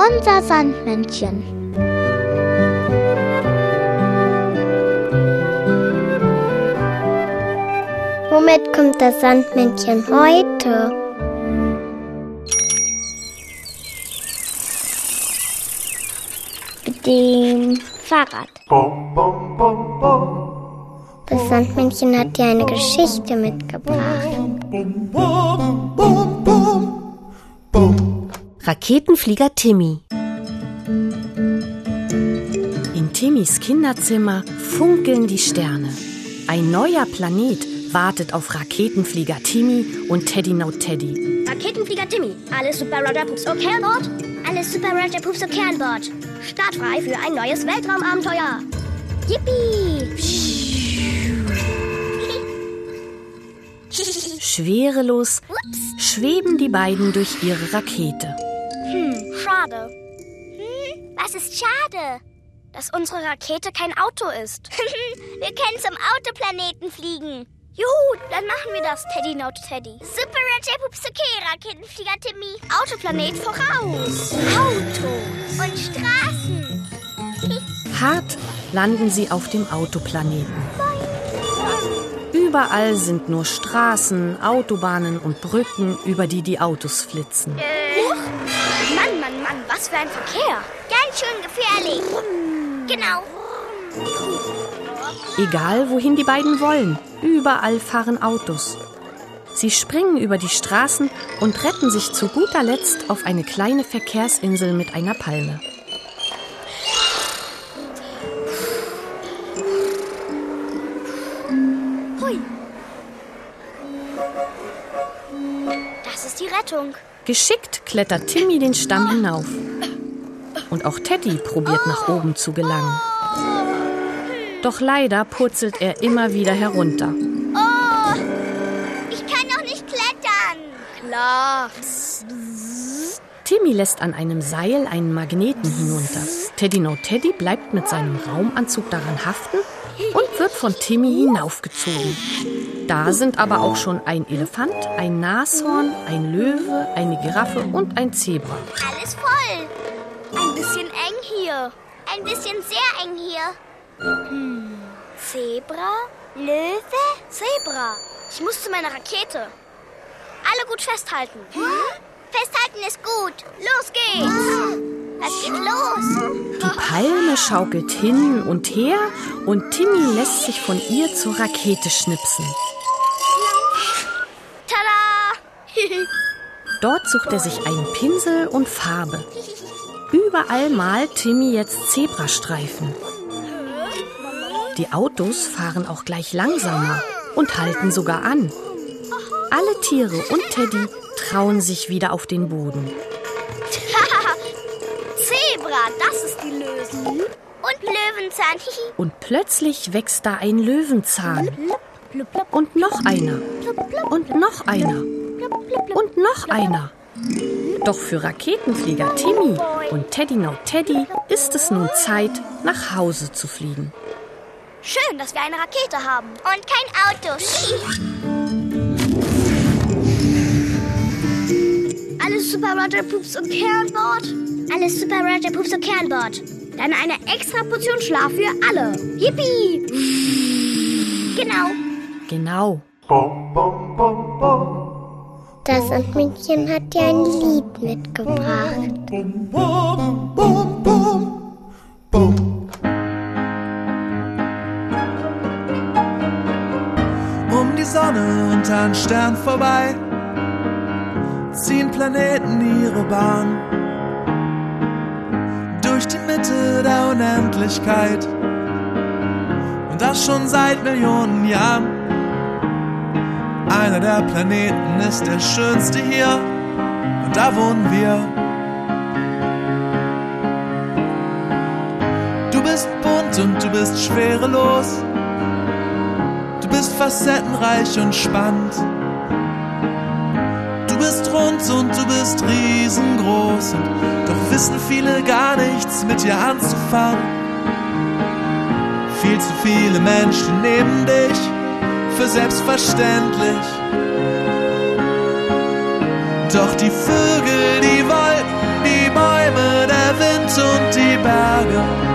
Unser Sandmännchen. Womit kommt das Sandmännchen heute? Mit dem Fahrrad. Das Sandmännchen hat dir eine Geschichte mitgebracht. Raketenflieger Timmy. In Timmys Kinderzimmer funkeln die Sterne. Ein neuer Planet wartet auf Raketenflieger Timmy und Teddy No Teddy. Raketenflieger Timmy, alles Super Roger Pups okay an Bord? Alles Super Roger Pups okay an Bord. Startfrei für ein neues Weltraumabenteuer. Yippie! Schwerelos schweben die beiden durch ihre Rakete. Schade. Was ist schade? Dass unsere Rakete kein Auto ist. Wir können zum Autoplaneten fliegen. Juhu, dann machen wir das, Teddy No Teddy. Super Roger Pups okay, Raketenflieger Timmy. Autoplanet voraus. Autos und Straßen. Hart landen sie auf dem Autoplaneten. Überall sind nur Straßen, Autobahnen und Brücken, über die die Autos flitzen. Mann, was für ein Verkehr. Ganz schön gefährlich. Genau. Egal, wohin die beiden wollen, überall fahren Autos. Sie springen über die Straßen und retten sich zu guter Letzt auf eine kleine Verkehrsinsel mit einer Palme. Hui. Das ist die Rettung. Geschickt klettert Timmy den Stamm hinauf. Und auch Teddy probiert nach oben zu gelangen. Doch leider purzelt er immer wieder herunter. Oh, ich kann doch nicht klettern. Klar. Timmy lässt an einem Seil einen Magneten hinunter. Teddy No Teddy bleibt mit seinem Raumanzug daran haften und wird von Timmy hinaufgezogen. Da sind aber auch schon ein Elefant, ein Nashorn, ein Löwe, eine Giraffe und ein Zebra. Alles voll. Ein bisschen eng hier. Ein bisschen sehr eng hier. Zebra? Löwe? Zebra. Ich muss zu meiner Rakete. Alle gut festhalten. Festhalten ist gut. Los geht's. Es geht los. Die Palme schaukelt hin und her und Timmy lässt sich von ihr zur Rakete schnipsen. Tada! Dort sucht er sich einen Pinsel und Farbe. Überall malt Timmy jetzt Zebrastreifen. Die Autos fahren auch gleich langsamer und halten sogar an. Alle Tiere und Teddy trauen sich wieder auf den Boden. Zebra, das ist die Lösung. Und Löwenzahn. Und plötzlich wächst da ein Löwenzahn. Und noch einer. Und noch einer. Und noch einer. Doch für Raketenflieger Timmy und Teddy No Teddy ist es nun Zeit, nach Hause zu fliegen. Schön, dass wir eine Rakete haben. Und kein Auto. Alles Super Roger Pups okay an Bord? Alles Super Roger Pups okay an Bord. Dann eine extra Portion Schlaf für alle. Yippie! Genau. Das Sandmännchen hat dir ein Lied mitgebracht. Um die Sonne und an Stern vorbei ziehen Planeten ihre Bahn durch die Mitte der Unendlichkeit und das schon seit Millionen Jahren. Einer der Planeten ist der schönste hier und da wohnen wir. Du bist bunt und du bist schwerelos. Du bist facettenreich und spannend. Du bist rund und du bist riesengroß. Und doch wissen viele gar nichts mit dir anzufangen. Viel zu viele Menschen nehmen dich für selbstverständlich. Doch die Vögel, die Wolken, die Bäume, der Berge.